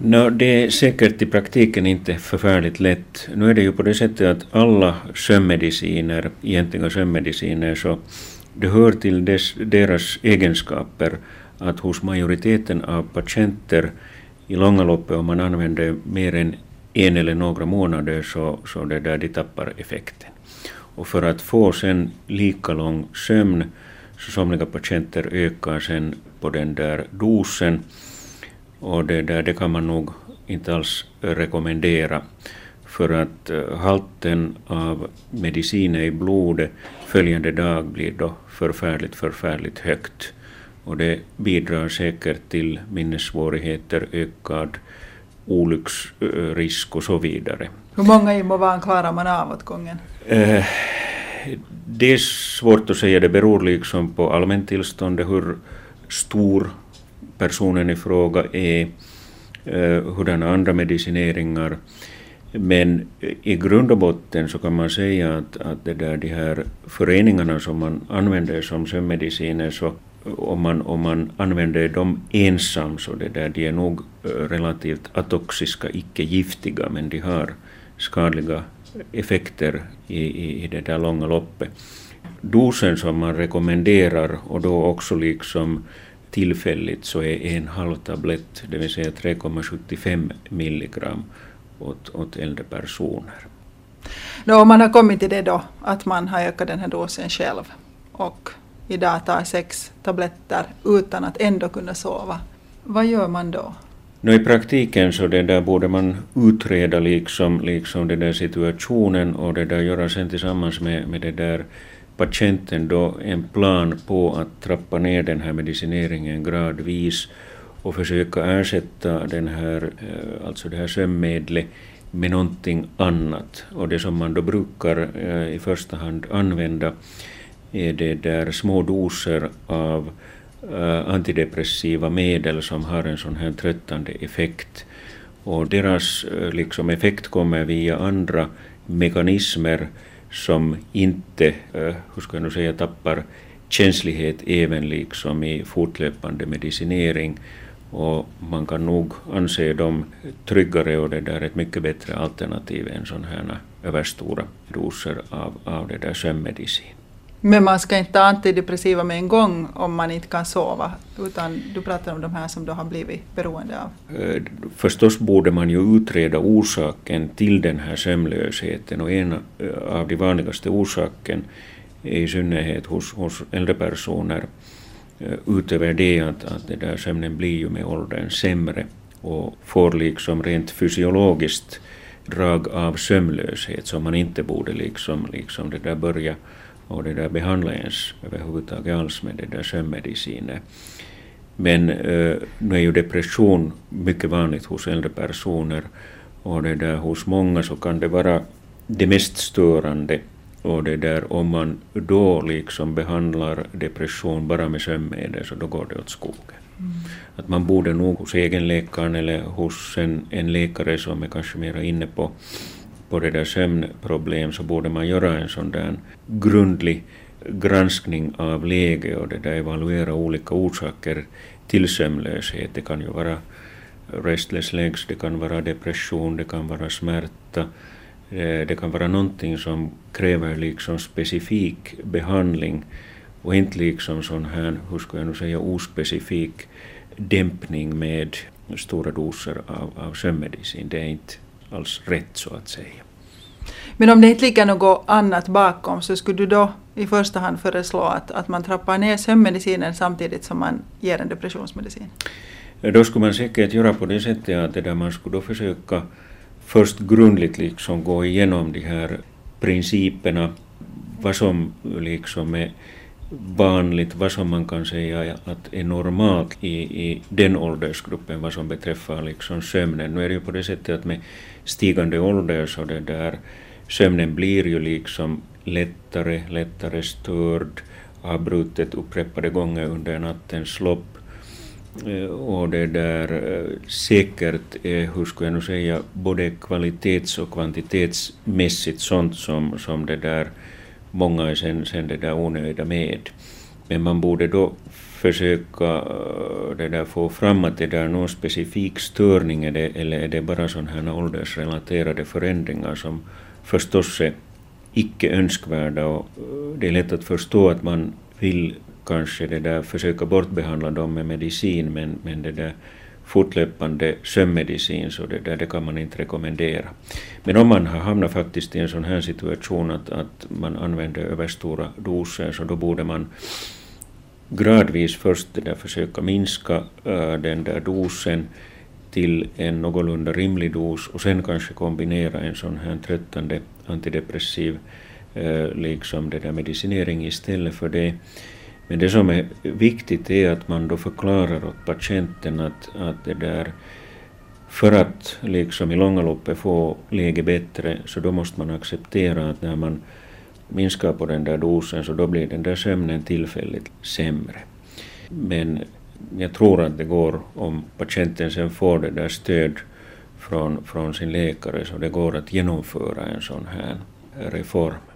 Det är säkert i praktiken inte förfärligt lätt. Nu är det ju på det sättet att alla sömnmediciner, egentliga sömnmediciner, så det hör till deras egenskaper att hos majoriteten av patienter i långa loppet, om man använder mer än en eller några månader, så det där de tappar effekten. Och för att få sen lika lång sömn, så somliga patienter ökar sen på den där dosen, och det kan man nog inte alls rekommendera, för att halten av mediciner i blodet följande dag blir då förfärligt högt, och det bidrar säkert till minnessvårigheter, ökad olycksrisk och så vidare. Hur många Imovan klarar man av åt gången? Det är svårt att säga, det beror liksom på allmäntillståndet, hur stor personen i fråga är, hurdana andra medicineringar. Men i grund och botten så kan man säga att de här föreningarna som man använder som sömnmediciner, så om man använder dem ensam, så de är nog relativt atoxiska, icke giftiga, men de har skadliga effekter i det där långa loppet. Dosen som man rekommenderar, och då också liksom tillfälligt, så är 1,5 tablett, det vill säga 3,75 milligram åt äldre personer. Om man har kommit till det då, att man har ökat den här dosen själv och idag tar 6 tabletter utan att ändå kunna sova, vad gör man då? I praktiken så det där borde man utreda liksom den där situationen, och det där göra sen tillsammans med det där patienten då en plan på att trappa ner den här medicineringen gradvis och försöka ersätta den här, alltså det här sömnmedlet med någonting annat. Och det som man då brukar i första hand använda är det där små doser av antidepressiva medel som har en sån här tröttande effekt. Och deras liksom effekt kommer via andra mekanismer som inte, hur ska jag nu säga, tappar känslighet även liksom i fortlöpande medicinering. Och man kan nog anse dem tryggare, och det där är ett mycket bättre alternativ än sådana här överstora doser av det där sömnmedicin. Men man ska inte ta antidepressiva med en gång om man inte kan sova, utan du pratar om de här som då har blivit beroende av. Förstås borde man ju utreda orsaken till den här sömnlösheten, och en av de vanligaste orsaken är i synnerhet hos äldre personer utöver det att det där sömnen blir ju med åldern sämre och får liksom rent fysiologiskt drag av sömnlöshet som man inte borde liksom det där börja och det där behandla ens överhuvudtaget alls med det där sömnmediciner. Men nu är ju depression mycket vanligt hos äldre personer, och det där hos många så kan det vara det mest störande, och det där om man då liksom behandlar depression bara med sömnmedel, så då går det åt skogen. Att man borde nog hos egenläkaren eller hos en läkare som är kanske mer inne på det där sömnproblem, så borde man göra en sån där grundlig granskning av läge och det där evaluera olika orsaker till sömnlöshet. Det kan ju vara restless legs, det kan vara depression, det kan vara smärta, det kan vara någonting som kräver liksom specifik behandling och inte liksom sån här, hur ska jag nu säga, ospecifik dämpning med stora doser av sömnmedicin. Det är inte alls rätt så att säga. Men om det inte ligger något annat bakom, så skulle du då i första hand föreslå att man trappar ner sömnmedicinen samtidigt som man ger en depressionsmedicin? Då skulle man säkert göra på det sättet att det där man skulle då försöka först grundligt liksom gå igenom de här principerna, vad som liksom är vanligt, vad som man kan säga att är normalt i den åldersgruppen vad som beträffar liksom sömnen. Nu är det ju på det sättet att med stigande ålder så det där sömnen blir ju liksom lättare störd, avbrutet upprepade gånger under nattens lopp. Och det där säkert är, hur ska jag nu säga, både kvalitets- och kvantitetsmässigt sånt som det där många är sen det där onöjda med. Men man borde då försöka det där få fram att det där är någon specifik störning eller är det bara sådana här åldersrelaterade förändringar som förstås är icke önskvärda, och det är lätt att förstå att man vill kanske det där försöka bortbehandla dem med medicin, men det där fortlöpande sömnmedicin, så det kan man inte rekommendera. Men om man har hamnat faktiskt i en sån här situation att man använder överstora doser, så då borde man gradvis först det där försöka minska den där dosen till en någorlunda rimlig dos, och sen kanske kombinera en sån här tröttande antidepressiv liksom det där medicinering istället för det. Men det som är viktigt är att man då förklarar åt patienten att det där, för att liksom i långa loppet få läge bättre, så då måste man acceptera att när man minskar på den där dosen, så då blir den där sömnen tillfälligt sämre. Men jag tror att det går, om patienten sen får det där stöd från sin läkare, så det går att genomföra en sån här reform.